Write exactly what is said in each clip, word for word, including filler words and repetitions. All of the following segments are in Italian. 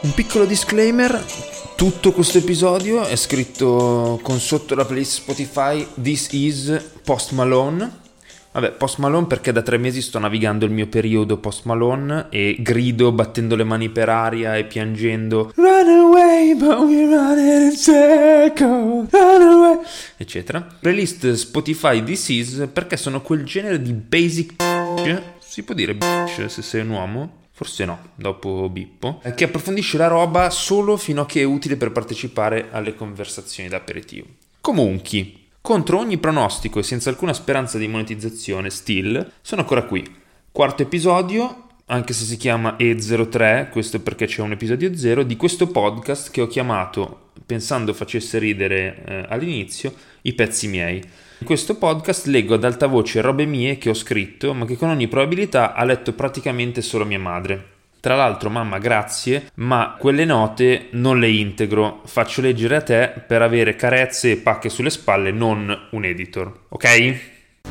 Un piccolo disclaimer, tutto questo episodio è scritto con sotto la playlist Spotify This is Post Malone. Vabbè, Post Malone perché da tre mesi sto navigando il mio periodo Post Malone e grido battendo le mani per aria e piangendo Run away, but we're running in circles, run away, eccetera. Playlist Spotify This is perché sono quel genere di basic si può dire se sei un uomo? Forse no, dopo Bippo, che approfondisce la roba solo fino a che è utile per partecipare alle conversazioni d'aperitivo. Comunque, contro ogni pronostico e senza alcuna speranza di monetizzazione, still, sono ancora qui. Quarto episodio, anche se si chiama E zero tre, questo è perché c'è un episodio zero, di questo podcast che ho chiamato, pensando facesse ridere eh, all'inizio, I pezzi miei. In questo podcast leggo ad alta voce robe mie che ho scritto, ma che con ogni probabilità ha letto praticamente solo mia madre. Tra l'altro, mamma, grazie, ma quelle note non le integro, faccio leggere a te per avere carezze e pacche sulle spalle, non un editor, ok?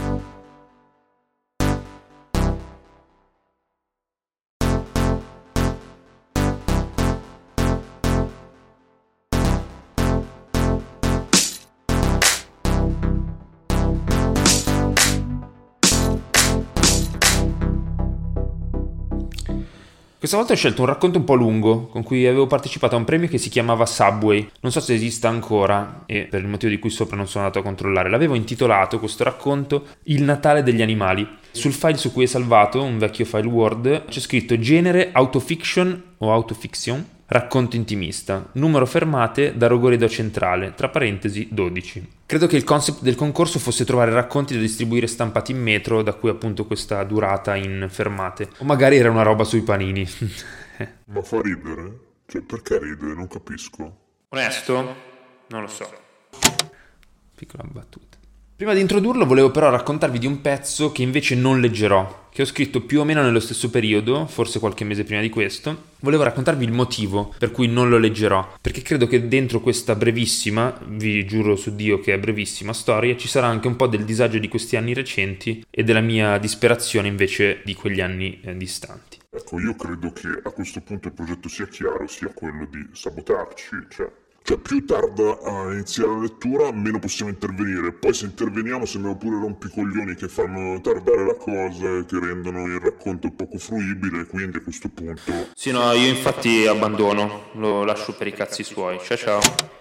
Questa volta ho scelto un racconto un po' lungo, con cui avevo partecipato a un premio che si chiamava Subway. Non so se esista ancora, e per il motivo di cui sopra non sono andato a controllare. L'avevo intitolato, questo racconto, Il Natale degli animali. Sul file su cui è salvato, un vecchio file Word, c'è scritto genere autofiction o autofiction, racconto intimista, numero fermate da Rogoredo Centrale, tra parentesi dodici. Credo che il concept del concorso fosse trovare racconti da distribuire stampati in metro, da cui appunto questa durata in fermate. O magari era una roba sui panini. Ma fa ridere? Cioè, perché ridere? Non capisco. Onesto? Non lo so. Piccola battuta. Prima di introdurlo volevo però raccontarvi di un pezzo che invece non leggerò, che ho scritto più o meno nello stesso periodo, forse qualche mese prima di questo. Volevo raccontarvi il motivo per cui non lo leggerò, perché credo che dentro questa brevissima, vi giuro su Dio che è brevissima storia, ci sarà anche un po' del disagio di questi anni recenti e della mia disperazione invece di quegli anni eh, distanti. Ecco, io credo che a questo punto il progetto sia chiaro, sia quello di sabotarci, cioè... Cioè, più tarda a iniziare la lettura, meno possiamo intervenire. Poi se interveniamo sembriamo pure rompicoglioni che fanno tardare la cosa e che rendono il racconto poco fruibile, quindi a questo punto... Sì, no, io infatti abbandono, lo lascio per i cazzi suoi. Ciao ciao.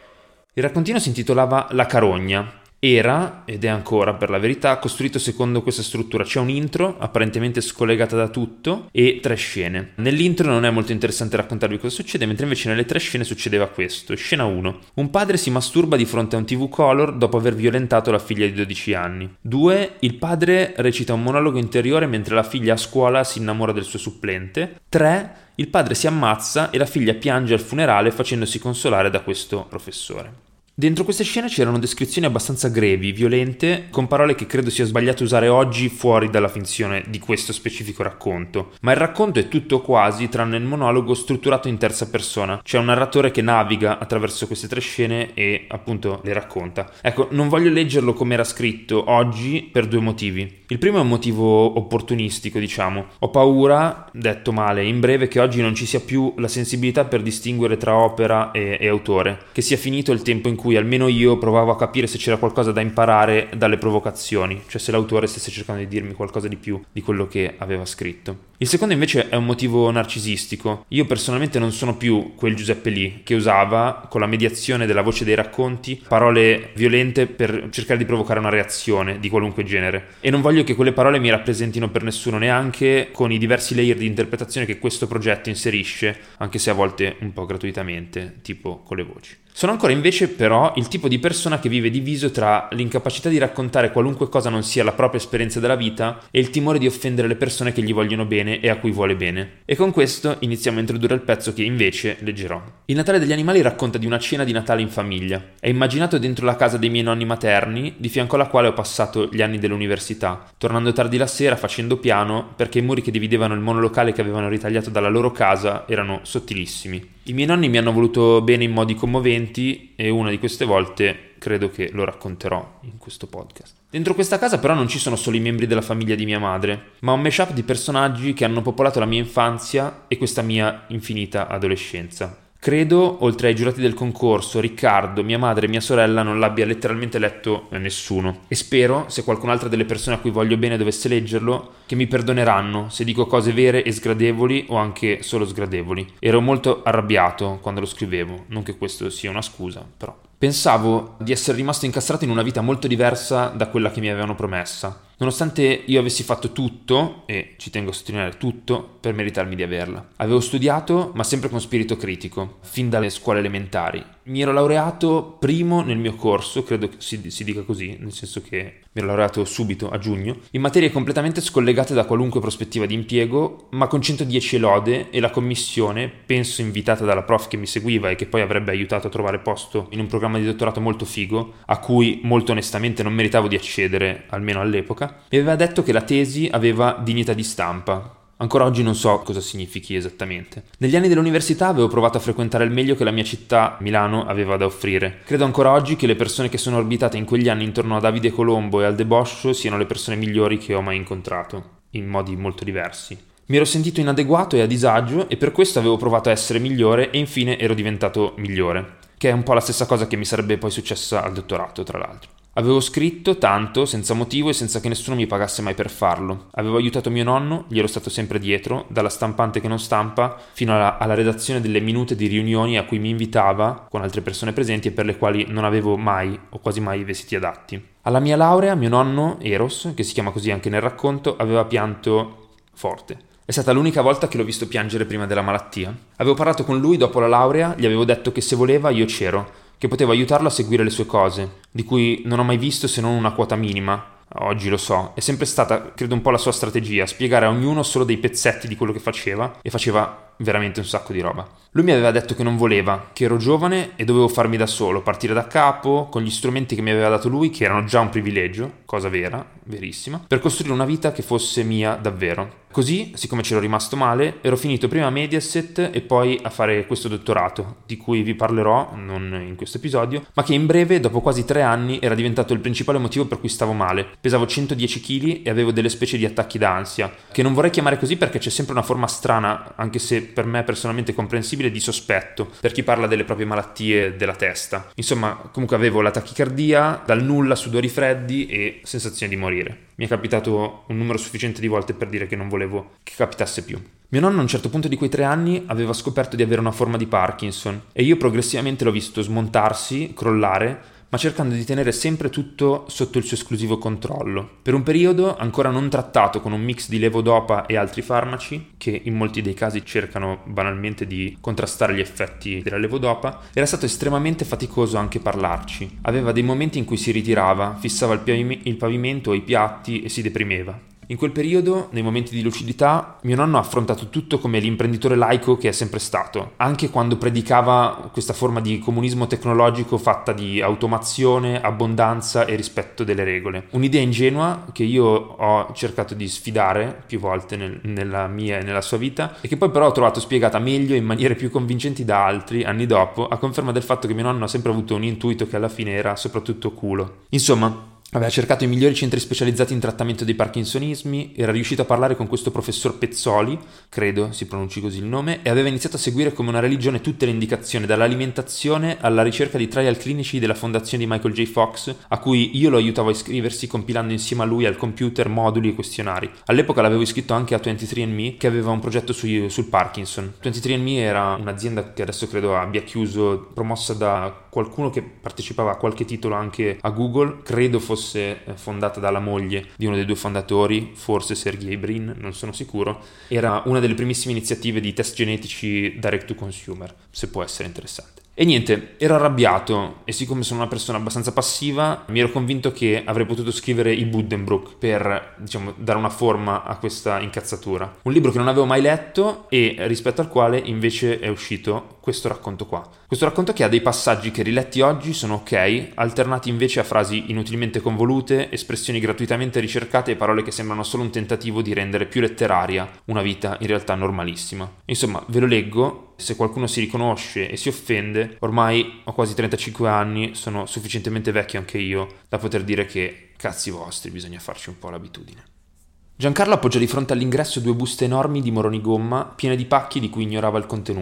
Il raccontino si intitolava La carogna. Era, ed è ancora per la verità, costruito secondo questa struttura. C'è un intro, apparentemente scollegata da tutto, e tre scene. Nell'intro non è molto interessante raccontarvi cosa succede, mentre invece nelle tre scene succedeva questo. Scena uno. Un padre si masturba di fronte a un tivù color dopo aver violentato la figlia di dodici anni. due. Il padre recita un monologo interiore mentre la figlia a scuola si innamora del suo supplente. tre. Il padre si ammazza e la figlia piange al funerale facendosi consolare da questo professore. Dentro queste scene c'erano descrizioni abbastanza grevi, violente, con parole che credo sia sbagliato usare oggi fuori dalla finzione di questo specifico racconto. Ma il racconto è tutto quasi, tranne il monologo, strutturato in terza persona. C'è un narratore che naviga attraverso queste tre scene e appunto le racconta. Ecco, non voglio leggerlo come era scritto oggi per due motivi. Il primo è un motivo opportunistico, diciamo. Ho paura, detto male, in breve, che oggi non ci sia più la sensibilità per distinguere tra opera e, e autore. Che sia finito il tempo in cui almeno io provavo a capire se c'era qualcosa da imparare dalle provocazioni, cioè se l'autore stesse cercando di dirmi qualcosa di più di quello che aveva scritto. Il secondo invece è un motivo narcisistico. Io personalmente non sono più quel Giuseppe lì che usava, con la mediazione della voce dei racconti, parole violente per cercare di provocare una reazione di qualunque genere. E non voglio che quelle parole mi rappresentino per nessuno, neanche con i diversi layer di interpretazione che questo progetto inserisce, anche se a volte un po' gratuitamente, tipo con le voci. Sono ancora invece però il tipo di persona che vive diviso tra l'incapacità di raccontare qualunque cosa non sia la propria esperienza della vita e il timore di offendere le persone che gli vogliono bene e a cui vuole bene. E con questo iniziamo a introdurre il pezzo che invece leggerò. Il Natale degli animali racconta di una cena di Natale in famiglia. È immaginato dentro la casa dei miei nonni materni, di fianco alla quale ho passato gli anni dell'università, tornando tardi la sera facendo piano perché i muri che dividevano il monolocale che avevano ritagliato dalla loro casa erano sottilissimi. I miei nonni mi hanno voluto bene in modi commoventi e una di queste volte credo che lo racconterò in questo podcast. Dentro questa casa però non ci sono solo i membri della famiglia di mia madre, ma un mashup di personaggi che hanno popolato la mia infanzia e questa mia infinita adolescenza. Credo, oltre ai giurati del concorso, Riccardo, mia madre e mia sorella, non l'abbia letteralmente letto nessuno. E spero, se qualcun'altra delle persone a cui voglio bene dovesse leggerlo, che mi perdoneranno se dico cose vere e sgradevoli o anche solo sgradevoli. Ero molto arrabbiato quando lo scrivevo, non che questo sia una scusa, però. Pensavo di essere rimasto incastrato in una vita molto diversa da quella che mi avevano promessa, nonostante io avessi fatto tutto, e ci tengo a sottolineare tutto, per meritarmi di averla. Avevo studiato, ma sempre con spirito critico, fin dalle scuole elementari. Mi ero laureato primo nel mio corso, credo che si, si dica così, nel senso che mi ero laureato subito a giugno, in materie completamente scollegate da qualunque prospettiva di impiego, ma con centodieci lode, e la commissione, penso invitata dalla prof che mi seguiva e che poi avrebbe aiutato a trovare posto in un programma di dottorato molto figo, a cui molto onestamente non meritavo di accedere, almeno all'epoca, mi aveva detto che la tesi aveva dignità di stampa. Ancora oggi non so cosa significhi esattamente. Negli anni dell'università avevo provato a frequentare il meglio che la mia città, Milano, aveva da offrire. Credo ancora oggi che le persone che sono orbitate in quegli anni intorno a Davide Colombo e al deboscio siano le persone migliori che ho mai incontrato, in modi molto diversi. Mi ero sentito inadeguato e a disagio e per questo avevo provato a essere migliore e infine ero diventato migliore, che è un po' la stessa cosa che mi sarebbe poi successa al dottorato, tra l'altro. Avevo scritto tanto, senza motivo e senza che nessuno mi pagasse mai per farlo. Avevo aiutato mio nonno, gli ero stato sempre dietro, dalla stampante che non stampa, fino alla, alla redazione delle minute di riunioni a cui mi invitava, con altre persone presenti e per le quali non avevo mai o quasi mai i vestiti adatti. Alla mia laurea, mio nonno, Eros, che si chiama così anche nel racconto, aveva pianto forte. È stata l'unica volta che l'ho visto piangere prima della malattia. Avevo parlato con lui dopo la laurea, gli avevo detto che se voleva io c'ero, che potevo aiutarlo a seguire le sue cose, di cui non ho mai visto se non una quota minima. Oggi lo so, è sempre stata, credo, un po' la sua strategia, spiegare a ognuno solo dei pezzetti di quello che faceva, e faceva veramente un sacco di roba. Lui mi aveva detto che non voleva, che ero giovane e dovevo farmi da solo, partire da capo, con gli strumenti che mi aveva dato lui, che erano già un privilegio, cosa vera, verissima, per costruire una vita che fosse mia davvero. Così, siccome c'ero rimasto male, ero finito prima a Mediaset e poi a fare questo dottorato, di cui vi parlerò, non in questo episodio, ma che in breve, dopo quasi tre anni, era diventato il principale motivo per cui stavo male. Pesavo centodieci chili e avevo delle specie di attacchi d'ansia, che non vorrei chiamare così perché c'è sempre una forma strana, anche se per me personalmente comprensibile, di sospetto, per chi parla delle proprie malattie della testa. Insomma, comunque avevo la tachicardia, dal nulla sudori freddi e sensazione di morire. Mi è capitato un numero sufficiente di volte per dire che non volevo che capitasse più. Mio nonno a un certo punto di quei tre anni aveva scoperto di avere una forma di Parkinson e io progressivamente l'ho visto smontarsi, crollare, ma cercando di tenere sempre tutto sotto il suo esclusivo controllo. Per un periodo, ancora non trattato con un mix di levodopa e altri farmaci, che in molti dei casi cercano banalmente di contrastare gli effetti della levodopa, era stato estremamente faticoso anche parlarci. Aveva dei momenti in cui si ritirava, fissava il, pavim- il pavimento o i piatti e si deprimeva. In quel periodo, nei momenti di lucidità, mio nonno ha affrontato tutto come l'imprenditore laico che è sempre stato, anche quando predicava questa forma di comunismo tecnologico fatta di automazione, abbondanza e rispetto delle regole. Un'idea ingenua che io ho cercato di sfidare più volte nel, nella mia e nella sua vita e che poi però ho trovato spiegata meglio e in maniere più convincenti da altri, anni dopo, a conferma del fatto che mio nonno ha sempre avuto un intuito che alla fine era soprattutto culo. Insomma, aveva cercato i migliori centri specializzati in trattamento dei parkinsonismi, era riuscito a parlare con questo professor Pezzoli, credo si pronunci così il nome, e aveva iniziato a seguire come una religione tutte le indicazioni, dall'alimentazione alla ricerca di trial clinici della fondazione di Michael J. Fox, a cui io lo aiutavo a iscriversi compilando insieme a lui al computer moduli e questionari. All'epoca l'avevo iscritto anche a ventitré and me, che aveva un progetto su, sul Parkinson. ventitré and me era un'azienda che adesso credo abbia chiuso, promossa da qualcuno che partecipava a qualche titolo anche a Google, credo fosse fondata dalla moglie di uno dei due fondatori, forse Sergey Brin, non sono sicuro. Era una delle primissime iniziative di test genetici direct to consumer, se può essere interessante. E niente, ero arrabbiato e siccome sono una persona abbastanza passiva mi ero convinto che avrei potuto scrivere i Buddenbrook per, diciamo, dare una forma a questa incazzatura. Un libro che non avevo mai letto e rispetto al quale invece è uscito questo racconto qua. Questo racconto che ha dei passaggi che riletti oggi sono ok, alternati invece a frasi inutilmente convolute, espressioni gratuitamente ricercate e parole che sembrano solo un tentativo di rendere più letteraria una vita in realtà normalissima. Insomma, ve lo leggo, se qualcuno si riconosce e si offende, ormai ho quasi trentacinque anni, sono sufficientemente vecchio anche io da poter dire che cazzi vostri, bisogna farci un po' l'abitudine. Giancarlo appoggia di fronte all'ingresso due buste enormi di moroni gomma, piene di pacchi di cui ignorava il contenuto.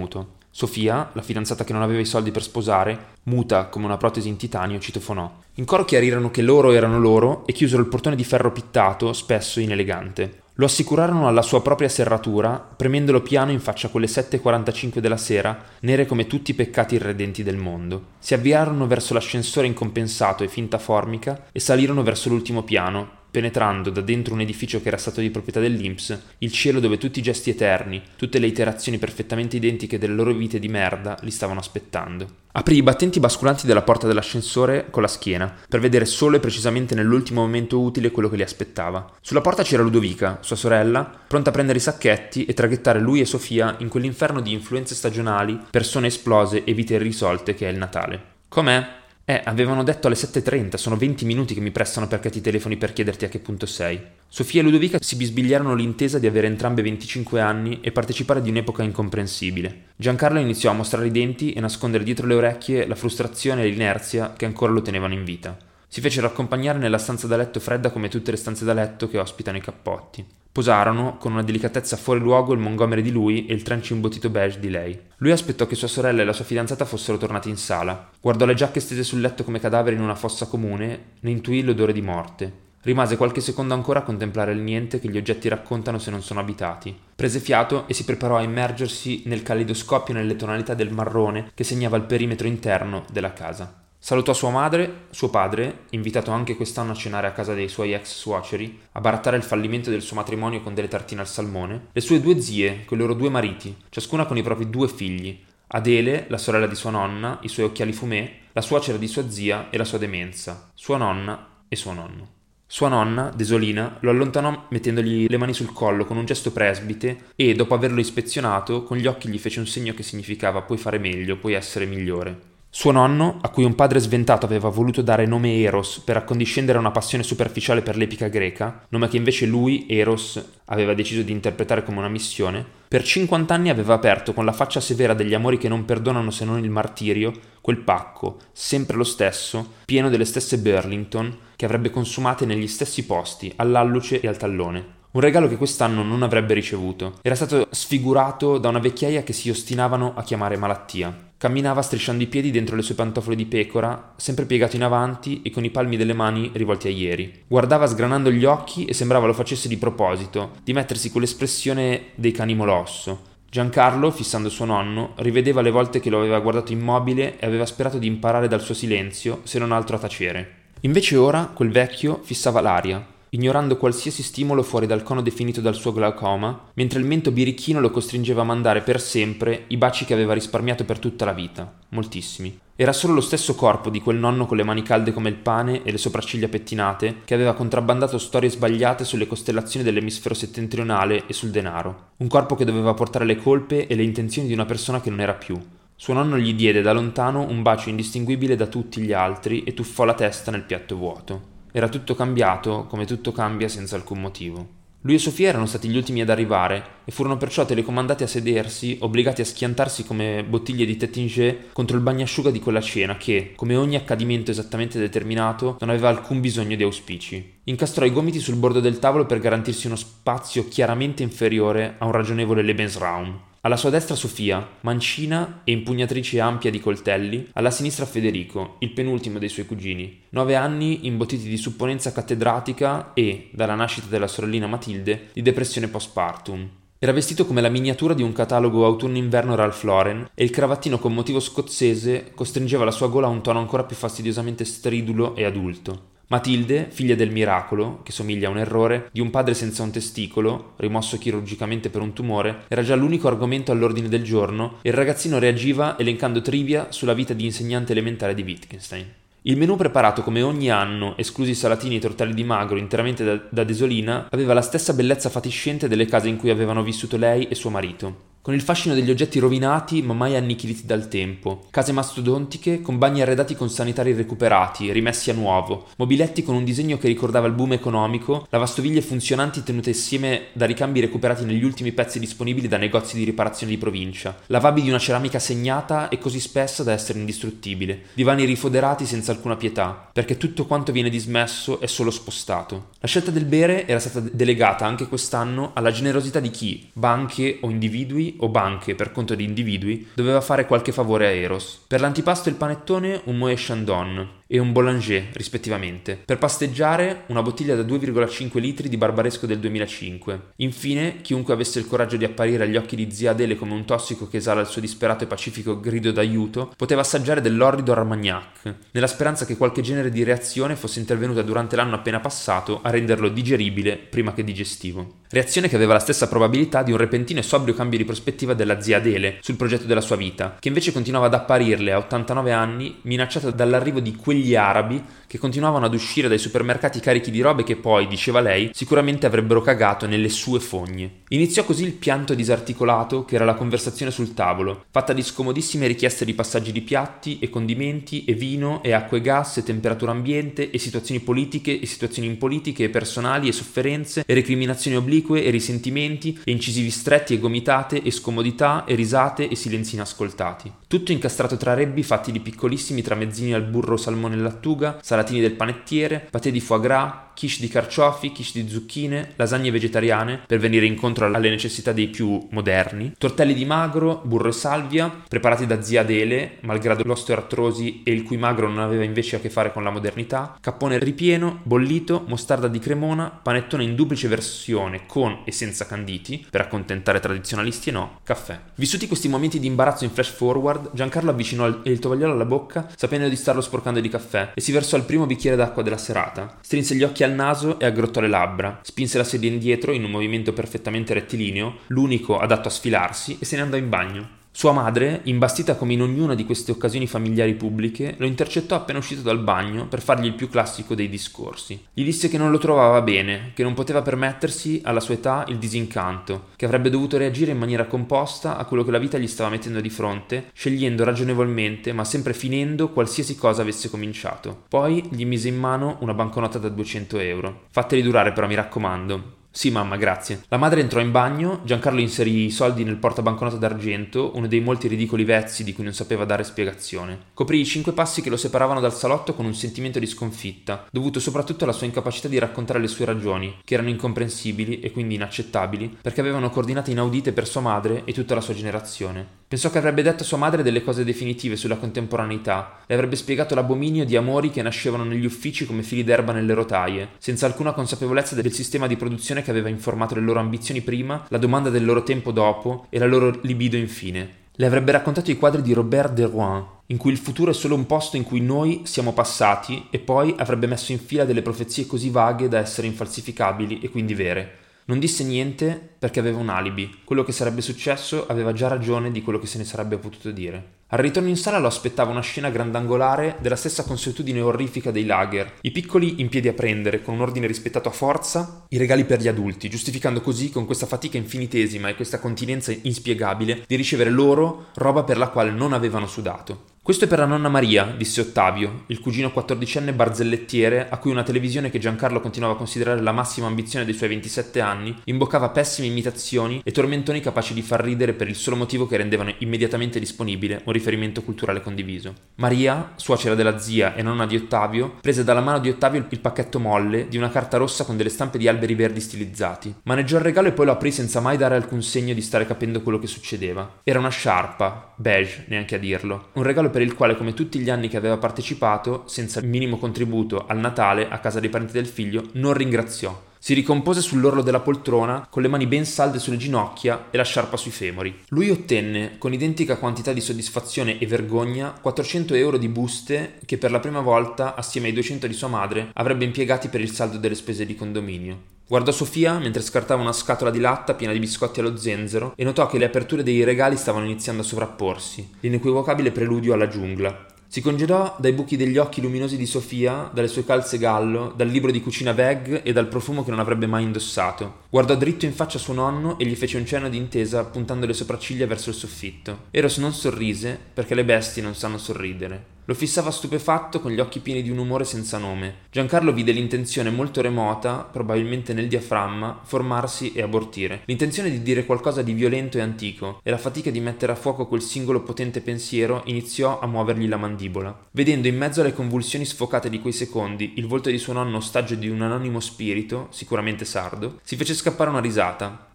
Sofia, la fidanzata che non aveva i soldi per sposare, muta come una protesi in titanio, citofonò. In coro chiarirono che loro erano loro e chiusero il portone di ferro pittato, spesso inelegante. Lo assicurarono alla sua propria serratura, premendolo piano in faccia a quelle sette e quarantacinque della sera, nere come tutti i peccati irredenti del mondo. Si avviarono verso l'ascensore incompensato e finta formica e salirono verso l'ultimo piano, penetrando da dentro un edificio che era stato di proprietà dell'I N P S, il cielo dove tutti i gesti eterni, tutte le iterazioni perfettamente identiche delle loro vite di merda li stavano aspettando. Aprì i battenti basculanti della porta dell'ascensore con la schiena, per vedere solo e precisamente nell'ultimo momento utile quello che li aspettava. Sulla porta c'era Ludovica, sua sorella, pronta a prendere i sacchetti e traghettare lui e Sofia in quell'inferno di influenze stagionali, persone esplose e vite irrisolte che è il Natale. Com'è? Eh, avevano detto alle sette e trenta, sono venti minuti che mi prestano perché ti telefoni per chiederti a che punto sei. Sofia e Ludovica si bisbigliarono l'intesa di avere entrambe venticinque anni e partecipare di un'epoca incomprensibile. Giancarlo iniziò a mostrare i denti e nascondere dietro le orecchie la frustrazione e l'inerzia che ancora lo tenevano in vita. Si fecero accompagnare nella stanza da letto fredda come tutte le stanze da letto che ospitano i cappotti. Posarono, con una delicatezza fuori luogo, il Montgomery di lui e il trench imbottito beige di lei. Lui aspettò che sua sorella e la sua fidanzata fossero tornati in sala. Guardò le giacche stese sul letto come cadaveri in una fossa comune, ne intuì l'odore di morte. Rimase qualche secondo ancora a contemplare il niente che gli oggetti raccontano se non sono abitati. Prese fiato e si preparò a immergersi nel caleidoscopio nelle tonalità del marrone che segnava il perimetro interno della casa. Salutò sua madre, suo padre, invitato anche quest'anno a cenare a casa dei suoi ex suoceri, a barattare il fallimento del suo matrimonio con delle tartine al salmone, le sue due zie, con i loro due mariti, ciascuna con i propri due figli, Adele, la sorella di sua nonna, i suoi occhiali fumé, la suocera di sua zia e la sua demenza, sua nonna e suo nonno. Sua nonna, Desolina, lo allontanò mettendogli le mani sul collo con un gesto presbite e, dopo averlo ispezionato, con gli occhi gli fece un segno che significava puoi fare meglio, puoi essere migliore. Suo nonno, a cui un padre sventato aveva voluto dare nome Eros per accondiscendere a una passione superficiale per l'epica greca, nome che invece lui, Eros, aveva deciso di interpretare come una missione, per cinquant'anni aveva aperto con la faccia severa degli amori che non perdonano se non il martirio, quel pacco, sempre lo stesso, pieno delle stesse Burlington, che avrebbe consumate negli stessi posti, all'alluce e al tallone. Un regalo che quest'anno non avrebbe ricevuto. Era stato sfigurato da una vecchiaia che si ostinavano a chiamare malattia. Camminava strisciando i piedi dentro le sue pantofole di pecora, sempre piegato in avanti e con i palmi delle mani rivolti a ieri. Guardava sgranando gli occhi e sembrava lo facesse di proposito, di mettersi quell'espressione dei cani molosso. Giancarlo, fissando suo nonno, rivedeva le volte che lo aveva guardato immobile e aveva sperato di imparare dal suo silenzio, se non altro a tacere. Invece ora quel vecchio fissava l'aria, ignorando qualsiasi stimolo fuori dal cono definito dal suo glaucoma, mentre il mento birichino lo costringeva a mandare per sempre i baci che aveva risparmiato per tutta la vita, moltissimi. Era solo lo stesso corpo di quel nonno con le mani calde come il pane e le sopracciglia pettinate che aveva contrabbandato storie sbagliate sulle costellazioni dell'emisfero settentrionale e sul denaro. Un corpo che doveva portare le colpe e le intenzioni di una persona che non era più. Suo nonno gli diede da lontano un bacio indistinguibile da tutti gli altri e tuffò la testa nel piatto vuoto. Era tutto cambiato, come tutto cambia senza alcun motivo. Lui e Sofia erano stati gli ultimi ad arrivare e furono perciò telecomandati a sedersi, obbligati a schiantarsi come bottiglie di Tettinger contro il bagnasciuga di quella cena che, come ogni accadimento esattamente determinato, non aveva alcun bisogno di auspici. Incastrò i gomiti sul bordo del tavolo per garantirsi uno spazio chiaramente inferiore a un ragionevole Lebensraum. Alla sua destra Sofia, mancina e impugnatrice ampia di coltelli, alla sinistra Federico, il penultimo dei suoi cugini, nove anni imbottiti di supponenza cattedratica e, dalla nascita della sorellina Matilde, di depressione postpartum. Era vestito come la miniatura di un catalogo autunno-inverno Ralph Lauren e il cravattino con motivo scozzese costringeva la sua gola a un tono ancora più fastidiosamente stridulo e adulto. Matilde, figlia del miracolo, che somiglia a un errore, di un padre senza un testicolo, rimosso chirurgicamente per un tumore, era già l'unico argomento all'ordine del giorno e il ragazzino reagiva elencando trivia sulla vita di insegnante elementare di Wittgenstein. Il menù preparato come ogni anno, esclusi i salatini e i tortelli di magro interamente da, da Desolina, aveva la stessa bellezza fatiscente delle case in cui avevano vissuto lei e suo marito. Con il fascino degli oggetti rovinati ma mai annichiliti dal tempo, case mastodontiche con bagni arredati con sanitari recuperati, rimessi a nuovo, mobiletti con un disegno che ricordava il boom economico, lavastoviglie funzionanti tenute insieme da ricambi recuperati negli ultimi pezzi disponibili da negozi di riparazione di provincia, lavabili di una ceramica segnata e così spessa da essere indistruttibile, divani rifoderati senza alcuna pietà, perché tutto quanto viene dismesso è solo spostato. La scelta del bere era stata delegata anche quest'anno alla generosità di chi, banche o individui, o banche per conto di individui, doveva fare qualche favore a Eros. Per l'antipasto e il panettone un Moët Chandon e un Boulanger, rispettivamente. Per pasteggiare una bottiglia da due virgola cinque litri di Barbaresco del duemilacinque. Infine, chiunque avesse il coraggio di apparire agli occhi di zia Adele come un tossico che esala il suo disperato e pacifico grido d'aiuto, poteva assaggiare dell'orrido Armagnac, nella speranza che qualche genere di reazione fosse intervenuta durante l'anno appena passato a renderlo digeribile prima che digestivo. Reazione che aveva la stessa probabilità di un repentino e sobrio cambio di prospettiva della zia Adele sul progetto della sua vita, che invece continuava ad apparirle a ottantanove anni minacciata dall'arrivo di quegli arabi che continuavano ad uscire dai supermercati carichi di robe che poi, diceva lei, sicuramente avrebbero cagato nelle sue fogne. Iniziò così il pianto disarticolato che era la conversazione sul tavolo, fatta di scomodissime richieste di passaggi di piatti e condimenti e vino e acqua e gas e temperatura ambiente e situazioni politiche e situazioni impolitiche e personali e sofferenze e recriminazioni oblique e risentimenti e incisivi stretti e gomitate e scomodità e risate e silenzi inascoltati. Tutto incastrato tra rebbi fatti di piccolissimi tramezzini al burro salmone e lattuga, salatini del panettiere, patè di foie gras, quiche di carciofi, quiche di zucchine, lasagne vegetariane per venire incontro alle necessità dei più moderni, tortelli di magro, burro e salvia, preparati da zia Adele, malgrado l'osteoartrosi e il cui magro non aveva invece a che fare con la modernità, cappone ripieno, bollito, mostarda di Cremona, panettone in duplice versione con e senza canditi, per accontentare tradizionalisti e no, caffè. Vissuti questi momenti di imbarazzo in flash forward, Giancarlo avvicinò il tovagliolo alla bocca, sapendo di starlo sporcando di caffè, e si versò il primo bicchiere d'acqua della serata. Strinse gli occhi al naso e aggrottò le labbra, spinse la sedia indietro in un movimento perfettamente rettilineo, l'unico adatto a sfilarsi, e se ne andò in bagno. Sua madre, imbastita come in ognuna di queste occasioni familiari pubbliche, lo intercettò appena uscito dal bagno per fargli il più classico dei discorsi. Gli disse che non lo trovava bene, che non poteva permettersi, alla sua età, il disincanto, che avrebbe dovuto reagire in maniera composta a quello che la vita gli stava mettendo di fronte, scegliendo ragionevolmente, ma sempre finendo qualsiasi cosa avesse cominciato. Poi gli mise in mano una banconota da duecento euro. Fateli durare però, mi raccomando. Sì, mamma, grazie. La madre entrò in bagno, Giancarlo inserì i soldi nel portabanconota d'argento, uno dei molti ridicoli vezzi di cui non sapeva dare spiegazione. Coprì i cinque passi che lo separavano dal salotto con un sentimento di sconfitta, dovuto soprattutto alla sua incapacità di raccontare le sue ragioni, che erano incomprensibili e quindi inaccettabili, perché avevano coordinate inaudite per sua madre e tutta la sua generazione. Pensò che avrebbe detto a sua madre delle cose definitive sulla contemporaneità, le avrebbe spiegato l'abominio di amori che nascevano negli uffici come fili d'erba nelle rotaie, senza alcuna consapevolezza del sistema di produzione che aveva informato le loro ambizioni prima, la domanda del loro tempo dopo e la loro libido infine. Le avrebbe raccontato i quadri di Robert de Rouen, in cui il futuro è solo un posto in cui noi siamo passati, e poi avrebbe messo in fila delle profezie così vaghe da essere infalsificabili e quindi vere. Non disse niente perché aveva un alibi. Quello che sarebbe successo aveva già ragione di quello che se ne sarebbe potuto dire. Al ritorno in sala lo aspettava una scena grandangolare della stessa consuetudine orrifica dei lager. I piccoli in piedi a prendere, con un ordine rispettato a forza, i regali per gli adulti, giustificando così, con questa fatica infinitesima e questa continenza inspiegabile, di ricevere loro roba per la quale non avevano sudato. Questo è per la nonna Maria, disse Ottavio, il cugino quattordicenne barzellettiere a cui una televisione che Giancarlo continuava a considerare la massima ambizione dei suoi ventisette anni imboccava pessime imitazioni e tormentoni capaci di far ridere per il solo motivo che rendevano immediatamente disponibile un riferimento culturale condiviso. Maria, suocera della zia e nonna di Ottavio, prese dalla mano di Ottavio il pacchetto molle di una carta rossa con delle stampe di alberi verdi stilizzati. Maneggiò il regalo e poi lo aprì senza mai dare alcun segno di stare capendo quello che succedeva. Era una sciarpa, beige, neanche a dirlo. Un regalo per il quale, come tutti gli anni che aveva partecipato, senza il minimo contributo al Natale a casa dei parenti del figlio, non ringraziò. Si ricompose sull'orlo della poltrona, con le mani ben salde sulle ginocchia e la sciarpa sui femori. Lui ottenne, con identica quantità di soddisfazione e vergogna, quattrocento euro di buste che per la prima volta, assieme ai duecento di sua madre, avrebbe impiegati per il saldo delle spese di condominio. Guardò Sofia mentre scartava una scatola di latta piena di biscotti allo zenzero e notò che le aperture dei regali stavano iniziando a sovrapporsi, l'inequivocabile preludio alla giungla. Si congedò dai buchi degli occhi luminosi di Sofia, dalle sue calze gallo, dal libro di cucina Veg e dal profumo che non avrebbe mai indossato. Guardò dritto in faccia suo nonno e gli fece un cenno d'intesa puntando le sopracciglia verso il soffitto. Eros non sorrise perché le bestie non sanno sorridere. Lo fissava stupefatto con gli occhi pieni di un umore senza nome. Giancarlo vide l'intenzione molto remota, probabilmente nel diaframma, formarsi e abortire. L'intenzione di dire qualcosa di violento e antico, e la fatica di mettere a fuoco quel singolo potente pensiero iniziò a muovergli la mandibola. Vedendo in mezzo alle convulsioni sfocate di quei secondi il volto di suo nonno ostaggio di un anonimo spirito, sicuramente sardo, si fece scappare una risata.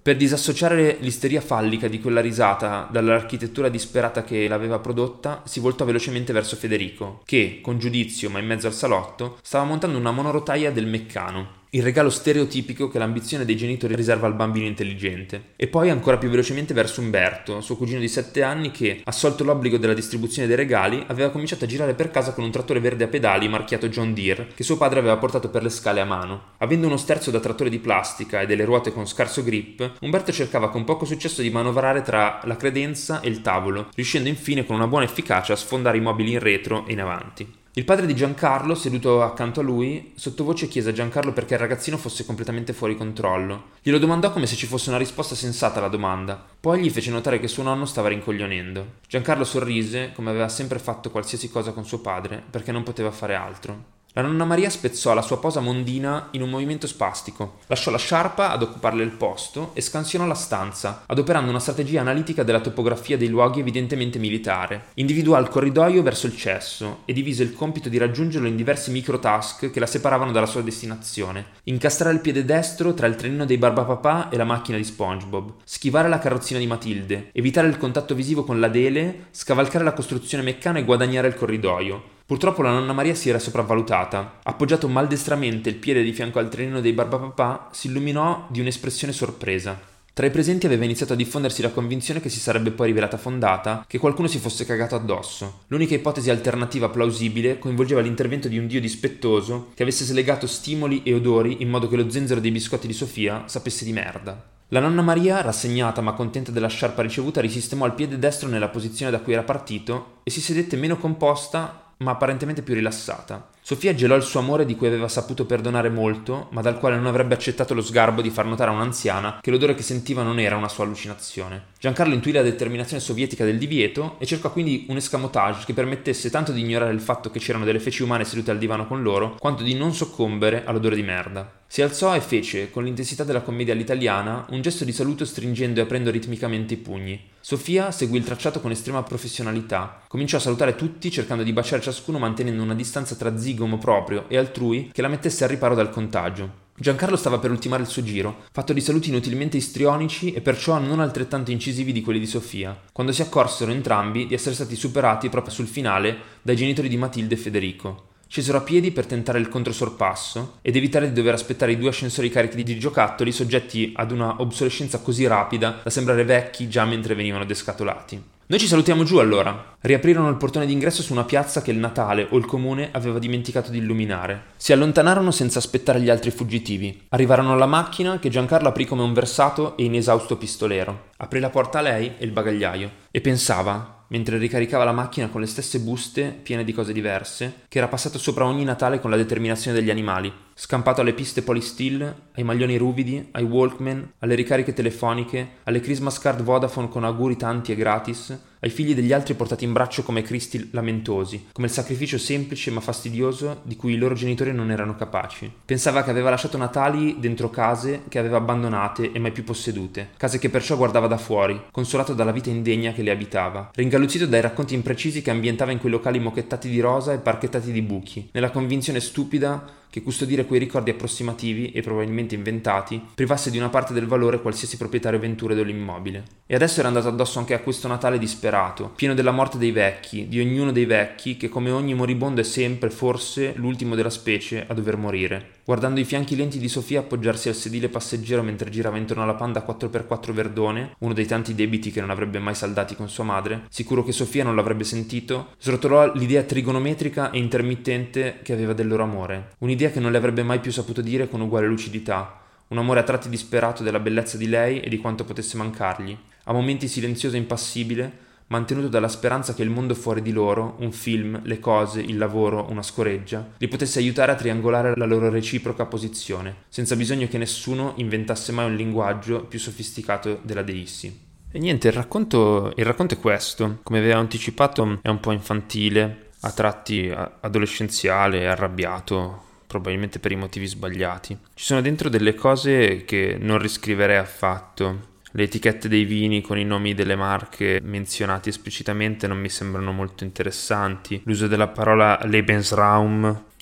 Per disassociare l'isteria fallica di quella risata dall'architettura disperata che l'aveva prodotta, si voltò velocemente verso Federico, che, con giudizio ma in mezzo al salotto, stava montando una monorotaia del Meccano, il regalo stereotipico che l'ambizione dei genitori riserva al bambino intelligente. E poi ancora più velocemente verso Umberto, suo cugino di sette anni che, assolto l'obbligo della distribuzione dei regali, aveva cominciato a girare per casa con un trattore verde a pedali marchiato John Deere che suo padre aveva portato per le scale a mano. Avendo uno sterzo da trattore di plastica e delle ruote con scarso grip, Umberto cercava con poco successo di manovrare tra la credenza e il tavolo, riuscendo infine con una buona efficacia a sfondare i mobili in retro e in avanti. Il padre di Giancarlo, seduto accanto a lui, sottovoce chiese a Giancarlo perché il ragazzino fosse completamente fuori controllo. Glielo domandò come se ci fosse una risposta sensata alla domanda. Poi gli fece notare che suo nonno stava rincoglionendo. Giancarlo sorrise, come aveva sempre fatto qualsiasi cosa con suo padre, perché non poteva fare altro. La nonna Maria spezzò la sua posa mondina in un movimento spastico, lasciò la sciarpa ad occuparle il posto e scansionò la stanza, adoperando una strategia analitica della topografia dei luoghi evidentemente militare. Individuò il corridoio verso il cesso e divise il compito di raggiungerlo in diversi microtask che la separavano dalla sua destinazione. Incastrare il piede destro tra il trenino dei Barbapapà e la macchina di SpongeBob, schivare la carrozzina di Matilde, evitare il contatto visivo con l'Adele, scavalcare la costruzione Meccano e guadagnare il corridoio. Purtroppo la nonna Maria si era sopravvalutata. Appoggiato maldestramente il piede di fianco al trenino dei Barbapapà, si illuminò di un'espressione sorpresa. Tra i presenti aveva iniziato a diffondersi la convinzione che si sarebbe poi rivelata fondata che qualcuno si fosse cagato addosso. L'unica ipotesi alternativa plausibile coinvolgeva l'intervento di un dio dispettoso che avesse slegato stimoli e odori in modo che lo zenzero dei biscotti di Sofia sapesse di merda. La nonna Maria, rassegnata ma contenta della sciarpa ricevuta, risistemò il piede destro nella posizione da cui era partito e si sedette meno composta ma apparentemente più rilassata. Sofia gelò il suo amore di cui aveva saputo perdonare molto, ma dal quale non avrebbe accettato lo sgarbo di far notare a un'anziana che l'odore che sentiva non era una sua allucinazione. Giancarlo intuì la determinazione sovietica del divieto e cercò quindi un escamotage che permettesse tanto di ignorare il fatto che c'erano delle feci umane sedute al divano con loro, quanto di non soccombere all'odore di merda. Si alzò e fece, con l'intensità della commedia all'italiana, un gesto di saluto stringendo e aprendo ritmicamente i pugni. Sofia seguì il tracciato con estrema professionalità. Cominciò a salutare tutti cercando di baciare ciascuno mantenendo una distanza tra zigomo proprio e altrui che la mettesse al riparo dal contagio. Giancarlo stava per ultimare il suo giro, fatto di saluti inutilmente istrionici e perciò non altrettanto incisivi di quelli di Sofia, quando si accorsero entrambi di essere stati superati proprio sul finale dai genitori di Matilde e Federico. Scesero a piedi per tentare il controsorpasso ed evitare di dover aspettare i due ascensori carichi di giocattoli soggetti ad una obsolescenza così rapida da sembrare vecchi già mentre venivano descatolati. Noi ci salutiamo giù allora. Riaprirono il portone d'ingresso su una piazza che il Natale o il comune aveva dimenticato di illuminare. Si allontanarono senza aspettare gli altri fuggitivi. Arrivarono alla macchina che Giancarlo aprì come un versato e inesausto pistolero. Aprì la porta a lei e il bagagliaio e pensava, mentre ricaricava la macchina con le stesse buste piene di cose diverse, che era passato sopra ogni Natale con la determinazione degli animali, scampato alle piste Polysteel, ai maglioni ruvidi, ai Walkman, alle ricariche telefoniche, alle Christmas card Vodafone con auguri tanti e gratis, ai figli degli altri portati in braccio come Cristi lamentosi, come il sacrificio semplice ma fastidioso di cui i loro genitori non erano capaci. Pensava che aveva lasciato Natali dentro case che aveva abbandonate e mai più possedute, case che perciò guardava da fuori, consolato dalla vita indegna che le abitava, ringalluzzito dai racconti imprecisi che ambientava in quei locali mochettati di rosa e parchettati di buchi, nella convinzione stupida che custodire quei ricordi approssimativi e probabilmente inventati privasse di una parte del valore qualsiasi proprietario avventure dell'immobile. E adesso era andato addosso anche a questo Natale disperato, pieno della morte dei vecchi, di ognuno dei vecchi che come ogni moribondo è sempre, forse, l'ultimo della specie a dover morire. Guardando i fianchi lenti di Sofia appoggiarsi al sedile passeggero mentre girava intorno alla Panda quattro per quattro verdone, uno dei tanti debiti che non avrebbe mai saldati con sua madre, sicuro che Sofia non l'avrebbe sentito, srotolò l'idea trigonometrica e intermittente che aveva del loro amore, un'idea che non le avrebbe mai più saputo dire con uguale lucidità, un amore a tratti disperato della bellezza di lei e di quanto potesse mancargli, a momenti silenzioso e impassibile, mantenuto dalla speranza che il mondo fuori di loro, un film, le cose, il lavoro, una scoreggia, li potesse aiutare a triangolare la loro reciproca posizione, senza bisogno che nessuno inventasse mai un linguaggio più sofisticato della deissi. E niente, il racconto, il racconto è questo, come avevo anticipato è un po' infantile, a tratti adolescenziale, arrabbiato, probabilmente per i motivi sbagliati. Ci sono dentro delle cose che non riscriverei affatto. Le etichette dei vini con i nomi delle marche menzionati esplicitamente non mi sembrano molto interessanti. L'uso della parola Lebensraum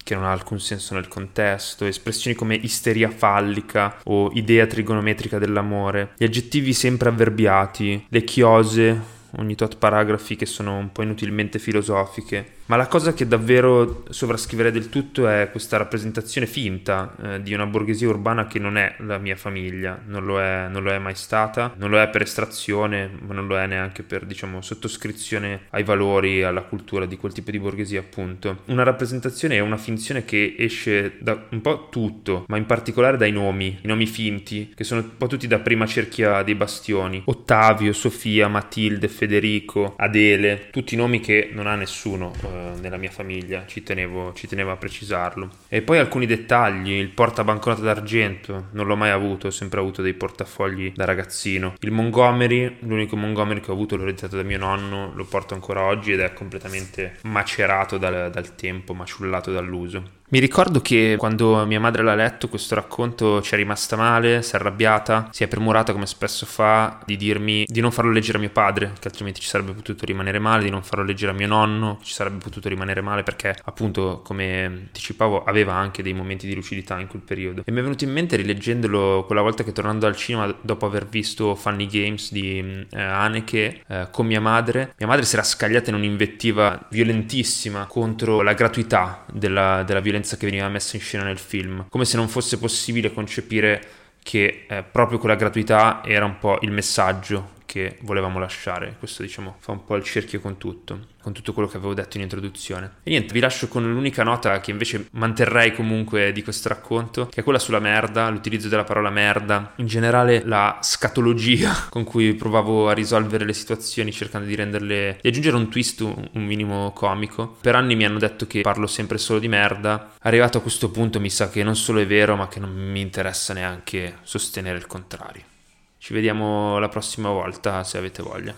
che non ha alcun senso nel contesto, espressioni come isteria fallica o idea trigonometrica dell'amore, gli aggettivi sempre avverbiati, le chiose, ogni tot paragrafi che sono un po' inutilmente filosofiche. Ma la cosa che davvero sovrascriverei del tutto è questa rappresentazione finta eh, di una borghesia urbana che non è la mia famiglia, non lo è, non lo è mai stata, non lo è per estrazione, ma non lo è neanche per, diciamo, sottoscrizione ai valori, alla cultura di quel tipo di borghesia, appunto. Una rappresentazione è una finzione che esce da un po' tutto, ma in particolare dai nomi, i nomi finti, che sono un po' tutti da prima cerchia dei bastioni. Ottavio, Sofia, Matilde, Federico, Adele, tutti nomi che non ha nessuno eh, nella mia famiglia, ci tenevo, ci tenevo a precisarlo. E poi alcuni dettagli: il portabanconota d'argento non l'ho mai avuto, ho sempre avuto dei portafogli da ragazzino. Il Montgomery, l'unico Montgomery che ho avuto, l'ho ereditato da mio nonno, lo porto ancora oggi ed è completamente macerato dal, dal tempo, maciullato dall'uso. Mi ricordo che quando mia madre l'ha letto questo racconto ci è rimasta male, si è arrabbiata, si è premurata, come spesso fa, di dirmi di non farlo leggere a mio padre, che altrimenti ci sarebbe potuto rimanere male, di non farlo leggere a mio nonno, che ci sarebbe potuto rimanere male perché, appunto, come anticipavo, aveva anche dei momenti di lucidità in quel periodo. E mi è venuto in mente, rileggendolo quella volta che, tornando al cinema dopo aver visto Funny Games di eh, Haneke eh, con mia madre, mia madre si era scagliata in un'invettiva violentissima contro la gratuità della, della violenza che veniva messa in scena nel film, come se non fosse possibile concepire che eh, proprio quella gratuità era un po' il messaggio che volevamo lasciare. Questo, diciamo, fa un po' il cerchio con tutto, con tutto quello che avevo detto in introduzione. E niente, vi lascio con l'unica nota che invece manterrei comunque di questo racconto, che è quella sulla merda, l'utilizzo della parola merda, in generale la scatologia con cui provavo a risolvere le situazioni, cercando di renderle, di aggiungere un twist un minimo comico. Per anni mi hanno detto che parlo sempre solo di merda. Arrivato a questo punto mi sa che non solo è vero, ma che non mi interessa neanche sostenere il contrario. Ci vediamo la prossima volta, se avete voglia.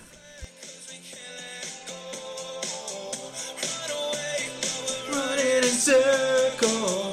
Running in circles.